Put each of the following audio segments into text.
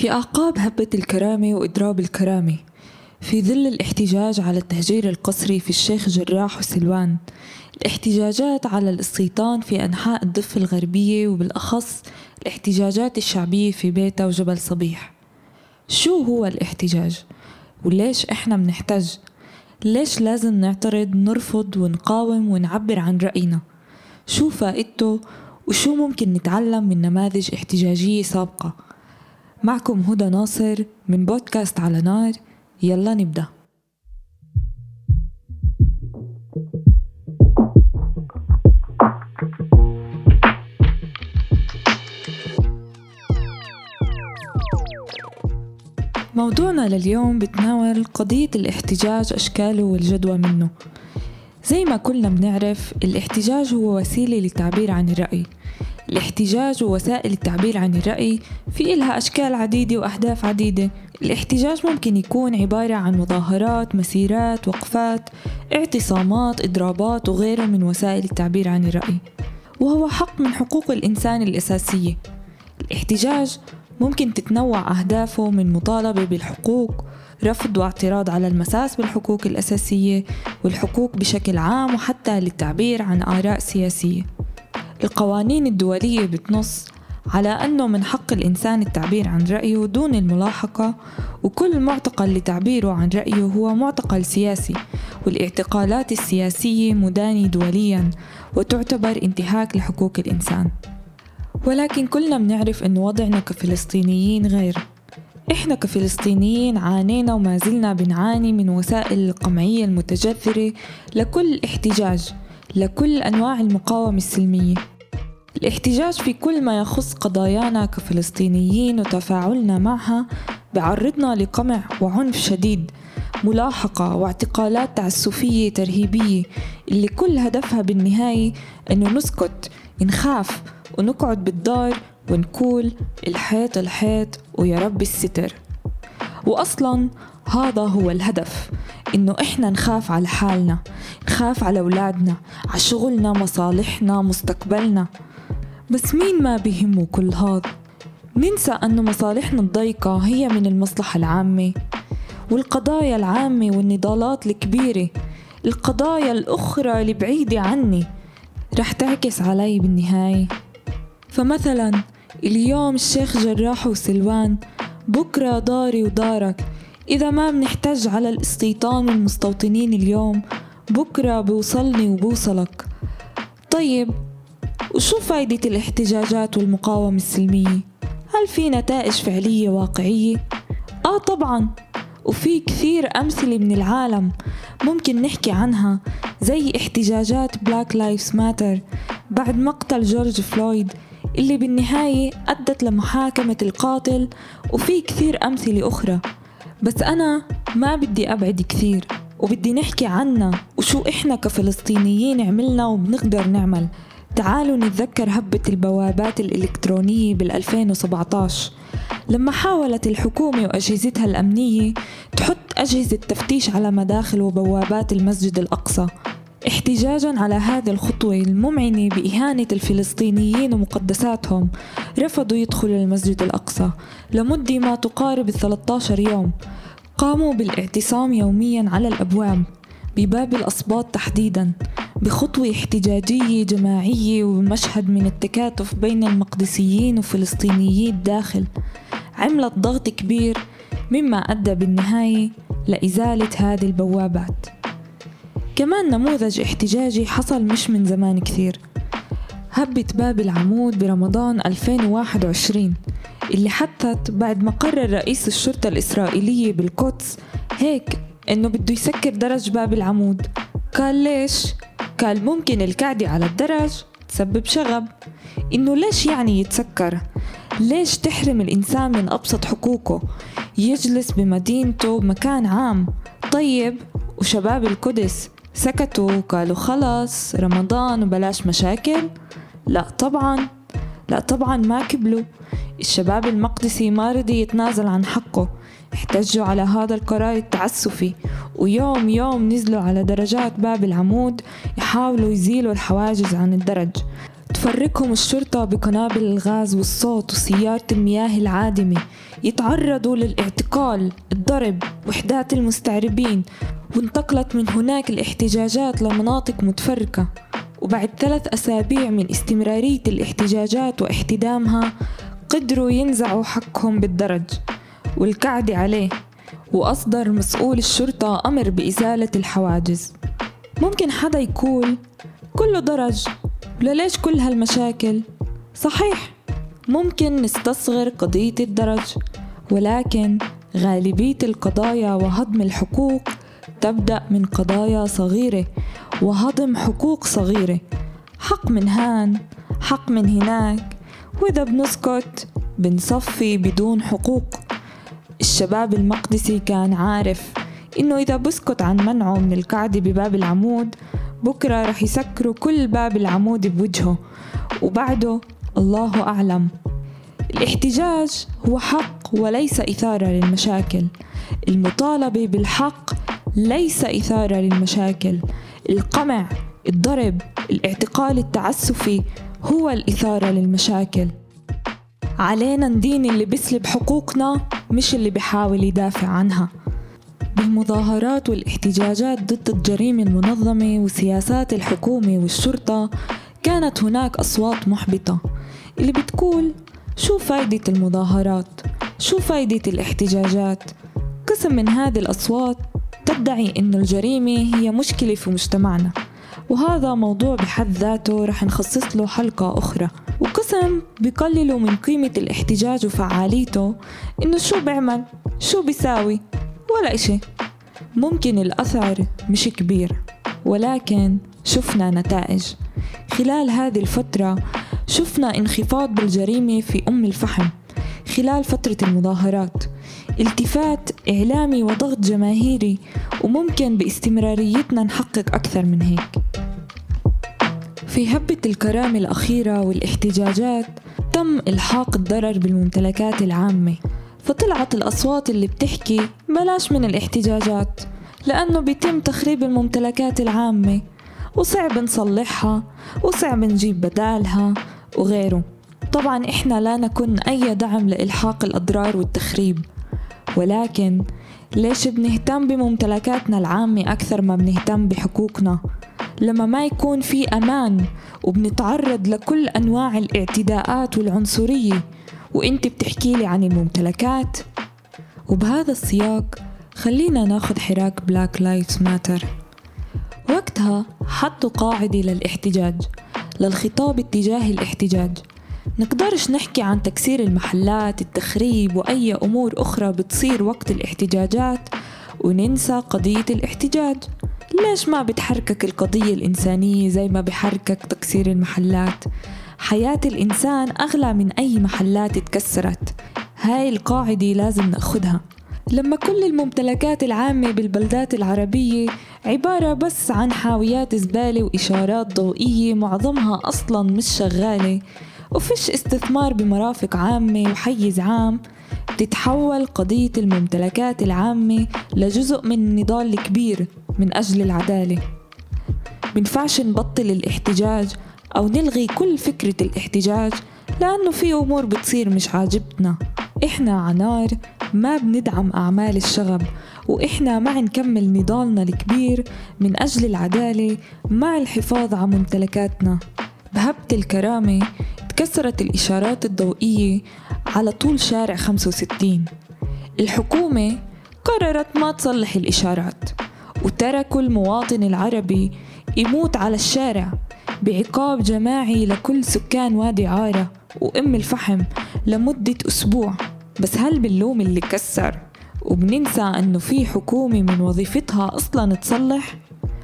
في أعقاب هبة الكرامة وإضراب الكرامة، في ظل الاحتجاج على التهجير القسري في الشيخ جراح وسلوان، الاحتجاجات على الاستيطان في أنحاء الضفة الغربية وبالأخص الاحتجاجات الشعبية في بيتا وجبل صبيح. شو هو الاحتجاج؟ وليش إحنا بنحتج؟ ليش لازم نعترض، نرفض ونقاوم ونعبر عن رأينا؟ شو فائدته وشو ممكن نتعلم من نماذج احتجاجية سابقة؟ معكم هدى ناصر من بودكاست على نار. يلا نبدأ. موضوعنا لليوم بتناول قضية الاحتجاج، أشكاله والجدوى منه. زي ما كلنا بنعرف، الاحتجاج هو وسيلة للتعبير عن الرأي. الاحتجاج ووسائل التعبير عن الرأي في إلها أشكال عديدة وأهداف عديدة. الاحتجاج ممكن يكون عبارة عن مظاهرات، مسيرات، وقفات، اعتصامات، إضرابات وغيره من وسائل التعبير عن الرأي، وهو حق من حقوق الإنسان الأساسية. الاحتجاج ممكن تتنوع أهدافه من مطالبة بالحقوق، رفض واعتراض على المساس بالحقوق الأساسية والحقوق بشكل عام، وحتى للتعبير عن آراء سياسية. القوانين الدولية بتنص على أنه من حق الإنسان التعبير عن رأيه دون الملاحقة، وكل معتقل لتعبيره عن رأيه هو معتقل سياسي، والاعتقالات السياسية مدانة دولياً وتعتبر انتهاك لحقوق الإنسان. ولكن كلنا بنعرف أن وضعنا كفلسطينيين غير. إحنا كفلسطينيين عانينا وما زلنا بنعاني من وسائل القمعية المتجذرة لكل احتجاج، لكل أنواع المقاومة السلمية. الاحتجاج في كل ما يخص قضايانا كفلسطينيين وتفاعلنا معها بعرضنا لقمع وعنف شديد، ملاحقة واعتقالات تعسفية ترهيبية، اللي كل هدفها بالنهاية أنه نسكت، نخاف ونقعد بالدار ونقول الحيط الحيط ويا رب الستر. وأصلاً هذا هو الهدف، إنه إحنا نخاف على حالنا، نخاف على أولادنا، على شغلنا، مصالحنا، مستقبلنا. بس مين ما بيهمه كل هذا؟ ننسى أنه مصالحنا الضيقة هي من المصلحة العامة، والقضايا العامة والنضالات الكبيرة، القضايا الأخرى اللي بعيدة عني رح تعكس علي بالنهاية. فمثلا اليوم الشيخ جراح وسلوان، بكرة داري ودارك. إذا ما بنحتج على الاستيطان والمستوطنين اليوم، بكرة بوصلني وبوصلك. طيب وشو فايدة الاحتجاجات والمقاومة السلمية؟ هل في نتائج فعلية واقعية؟ طبعا، وفي كثير أمثلة من العالم ممكن نحكي عنها، زي احتجاجات Black Lives Matter بعد مقتل جورج فلويد اللي بالنهاية أدت لمحاكمة القاتل، وفي كثير أمثلة أخرى. بس أنا ما بدي أبعد كثير، وبدي نحكي عننا وشو إحنا كفلسطينيين عملنا وبنقدر نعمل. تعالوا نتذكر هبة البوابات الإلكترونية بال2017 لما حاولت الحكومة وأجهزتها الأمنية تحط أجهزة تفتيش على مداخل وبوابات المسجد الأقصى، احتجاجاً على هذه الخطوة الممعنة بإهانة الفلسطينيين ومقدساتهم. رفضوا يدخلوا المسجد الأقصى لمدة ما تقارب 13 يوم. قاموا بالاعتصام يومياً على الأبواب بباب الأصباط تحديداً، بخطوة احتجاجية جماعية ومشهد من التكاتف بين المقدسيين وفلسطينيين الداخل، عملت ضغط كبير مما أدى بالنهاية لإزالة هذه البوابات. كمان نموذج احتجاجي حصل مش من زمان كثير، هبة باب العمود برمضان 2021 اللي حدثت بعد ما قرر رئيس الشرطة الإسرائيلية بالقدس هيك إنه بده يسكر درج باب العمود. قال ليش؟ قال ممكن القعدة على الدرج تسبب شغب. إنه ليش يعني يتسكر؟ ليش تحرم الإنسان من أبسط حقوقه، يجلس بمدينته بمكان عام؟ طيب وشباب القدس سكتوا وقالوا خلاص رمضان وبلاش مشاكل؟ لا طبعا ما قبلوا. الشباب المقدسي ما رضي يتنازل عن حقه، احتجوا على هذا القرار التعسفي، ويوم يوم نزلوا على درجات باب العمود يحاولوا يزيلوا الحواجز عن الدرج. تفرقهم الشرطة بقنابل الغاز والصوت وسيارة المياه العادمة، يتعرضوا للاعتقال، الضرب، وحدات المستعربين، وانتقلت من هناك الاحتجاجات لمناطق متفرقة. وبعد 3 أسابيع من استمرارية الاحتجاجات واحتدامها قدروا ينزعوا حقهم بالدرج والقعد عليه، وأصدر مسؤول الشرطة أمر بإزالة الحواجز. ممكن حدا يقول كله درج، وليش كل هالمشاكل؟ صحيح، ممكن نستصغر قضية الدرج، ولكن غالبية القضايا وهضم الحقوق تبدأ من قضايا صغيرة وهضم حقوق صغيرة، حق من هان، حق من هناك، وإذا بنسكت بنصفي بدون حقوق. الشباب المقدسي كان عارف إنه إذا بسكت عن منعه من القعدة بباب العمود بكرة رح يسكروا كل باب العمود بوجهه، وبعده الله أعلم. الاحتجاج هو حق وليس إثارة للمشاكل، المطالبة بالحق ليس إثارة للمشاكل، القمع، الضرب، الاعتقال التعسفي هو الإثارة للمشاكل. علينا ندين اللي بيسلب حقوقنا مش اللي بيحاول يدافع عنها. بالمظاهرات والاحتجاجات ضد الجريمة المنظمة وسياسات الحكومة والشرطة كانت هناك أصوات محبطة اللي بتقول شو فايدة المظاهرات؟ شو فايدة الاحتجاجات؟ قسم من هذه الأصوات تدعي إن الجريمة هي مشكلة في مجتمعنا، وهذا موضوع بحد ذاته رح نخصص له حلقة أخرى. وقسم بيقللوا من قيمة الاحتجاج وفعاليته، إنه شو بيعمل؟ شو بيساوي؟ ولا إشي. ممكن الأثر مش كبير، ولكن شفنا نتائج. خلال هذه الفترة شفنا انخفاض بالجريمة في الفحم خلال فترة المظاهرات، التفات إعلامي وضغط جماهيري، وممكن باستمراريتنا نحقق أكثر من هيك. في هبة الكرامة الأخيرة والاحتجاجات تم إلحاق الضرر بالممتلكات العامة، فطلعت الأصوات اللي بتحكي بلاش من الاحتجاجات لأنه بيتم تخريب الممتلكات العامة وصعب نصلحها وصعب نجيب بدالها وغيره. طبعا إحنا لا نكن أي دعم لإلحاق الأضرار والتخريب، ولكن ليش بنهتم بممتلكاتنا العامة أكثر ما بنهتم بحقوقنا؟ لما ما يكون في أمان وبنتعرض لكل أنواع الاعتداءات والعنصرية وإنت بتحكي لي عن الممتلكات. وبهذا السياق خلينا ناخد حراك بلاك لايفز ماتر. وقتها حطوا قاعدة للاحتجاج، للخطاب اتجاه الاحتجاج. نقدرش نحكي عن تكسير المحلات، التخريب وأي أمور أخرى بتصير وقت الاحتجاجات وننسى قضية الاحتجاج. ليش ما بتحركك القضية الإنسانية زي ما بحركك تكسير المحلات؟ حياة الإنسان أغلى من أي محلات اتكسرت. هاي القاعدة لازم نأخدها. لما كل الممتلكات العامة بالبلدات العربية عبارة بس عن حاويات زبالة وإشارات ضوئية معظمها أصلاً مش شغالة، وفيش استثمار بمرافق عامة وحيز عام، تتحول قضية الممتلكات العامة لجزء من النضال الكبير من أجل العدالة. منفعش نبطل الاحتجاج أو نلغي كل فكرة الاحتجاج لأنه في أمور بتصير مش عاجبتنا. إحنا عنار ما بندعم أعمال الشغب، وإحنا مع نكمل نضالنا الكبير من أجل العدالة مع الحفاظ على ممتلكاتنا. بهبة الكرامة تكسرت الإشارات الضوئية على طول شارع 65. الحكومة قررت ما تصلح الإشارات وتركوا المواطن العربي يموت على الشارع بعقاب جماعي لكل سكان وادي عارة الفحم لمدة أسبوع. بس هل بنلوم اللي كسر وبننسى أنه في حكومة من وظيفتها أصلاً تصلح؟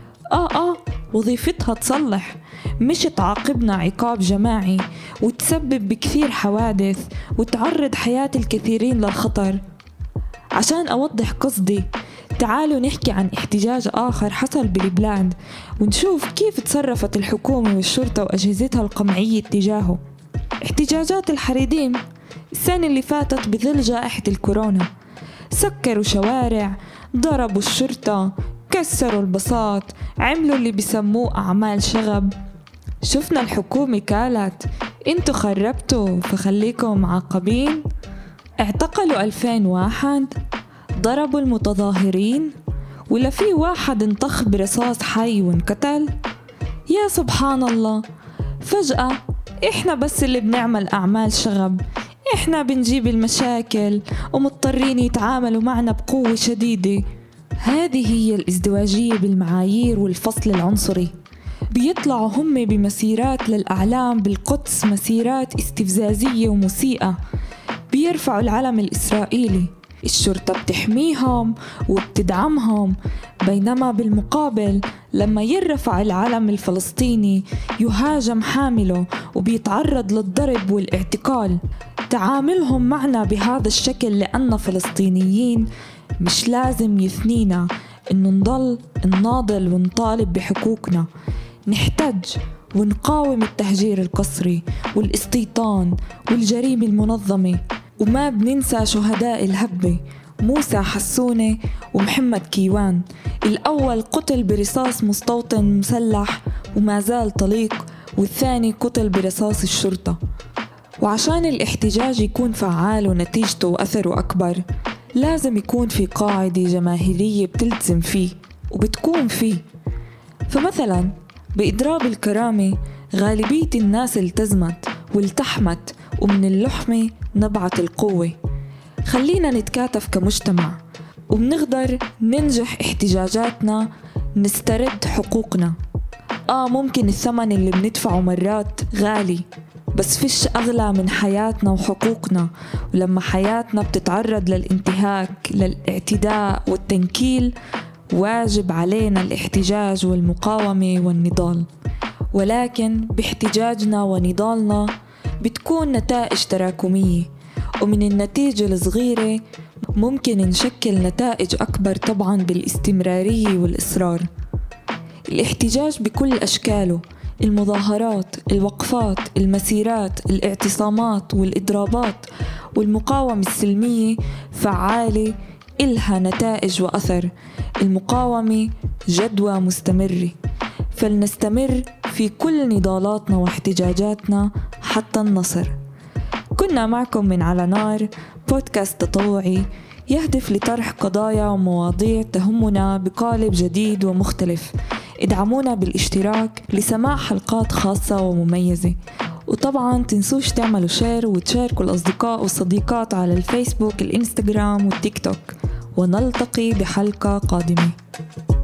وظيفتها تصلح، مش تعاقبنا عقاب جماعي وتسبب بكثير حوادث وتعرض حياة الكثيرين للخطر. عشان أوضح قصدي، تعالوا نحكي عن احتجاج آخر حصل بالبلاد ونشوف كيف تصرفت الحكومة والشرطة وأجهزتها القمعية تجاهه. احتجاجات الحريديم السنة اللي فاتت بظل جائحة الكورونا، سكروا شوارع، ضربوا الشرطة، كسروا البساط، عملوا اللي بيسموه أعمال شغب. شفنا الحكومة قالت انتوا خربتوا فخليكم معاقبين. اعتقلوا 2000 واحد، ضربوا المتظاهرين، ولا في واحد انطخ برصاص حي وانقتل. يا سبحان الله، فجأة إحنا بس اللي بنعمل أعمال شغب، إحنا بنجيب المشاكل ومضطرين يتعاملوا معنا بقوة شديدة. هذه هي الازدواجية بالمعايير والفصل العنصري. بيطلعوا هم بمسيرات للأعلام بالقدس، مسيرات استفزازية ومسيئة، بيرفعوا العلم الإسرائيلي، الشرطة بتحميهم وبتدعمهم، بينما بالمقابل لما يرفع العلم الفلسطيني يهاجم حامله وبيتعرض للضرب والاعتقال. تعاملهم معنا بهذا الشكل لأننا فلسطينيين مش لازم يثنينا إنه نضل نناضل ونطالب بحقوقنا، نحتاج ونقاوم التهجير القسري والاستيطان والجريمة المنظمة. وما بننسى شهداء الهبة، موسى حسونة ومحمد كيوان. الأول قتل برصاص مستوطن مسلح وما زال طليق، والثاني قتل برصاص الشرطة. وعشان الاحتجاج يكون فعال ونتيجته وأثره أكبر، لازم يكون في قاعدة جماهيرية بتلتزم فيه وبتكون فيه. فمثلا بإضراب الكرامة غالبية الناس التزمت والتحمت، ومن اللحمة نبعت القوة. خلينا نتكاتف كمجتمع وبنقدر ننجح احتجاجاتنا، نسترد حقوقنا. ممكن الثمن اللي بندفعه مرات غالي، بس فيش أغلى من حياتنا وحقوقنا. ولما حياتنا بتتعرض للانتهاك، للاعتداء والتنكيل، واجب علينا الاحتجاج والمقاومة والنضال. ولكن باحتجاجنا ونضالنا بتكون نتائج تراكمية، ومن النتيجة الصغيرة ممكن نشكل نتائج أكبر، طبعاً بالاستمرارية والإصرار. الاحتجاج بكل أشكاله، المظاهرات، الوقفات، المسيرات، الاعتصامات والإضرابات والمقاومة السلمية فعالة، إلها نتائج وأثر. المقاومة جدوى مستمرة، فلنستمر في كل نضالاتنا واحتجاجاتنا حتى النصر. كنا معكم من على نار، بودكاست تطوعي يهدف لطرح قضايا ومواضيع تهمنا بقالب جديد ومختلف. ادعمونا بالاشتراك لسماع حلقات خاصة ومميزة، وطبعا تنسوش تعملوا شير وتشاركوا الأصدقاء والصديقات على الفيسبوك، الإنستغرام والتيك توك. ونلتقي بحلقة قادمة.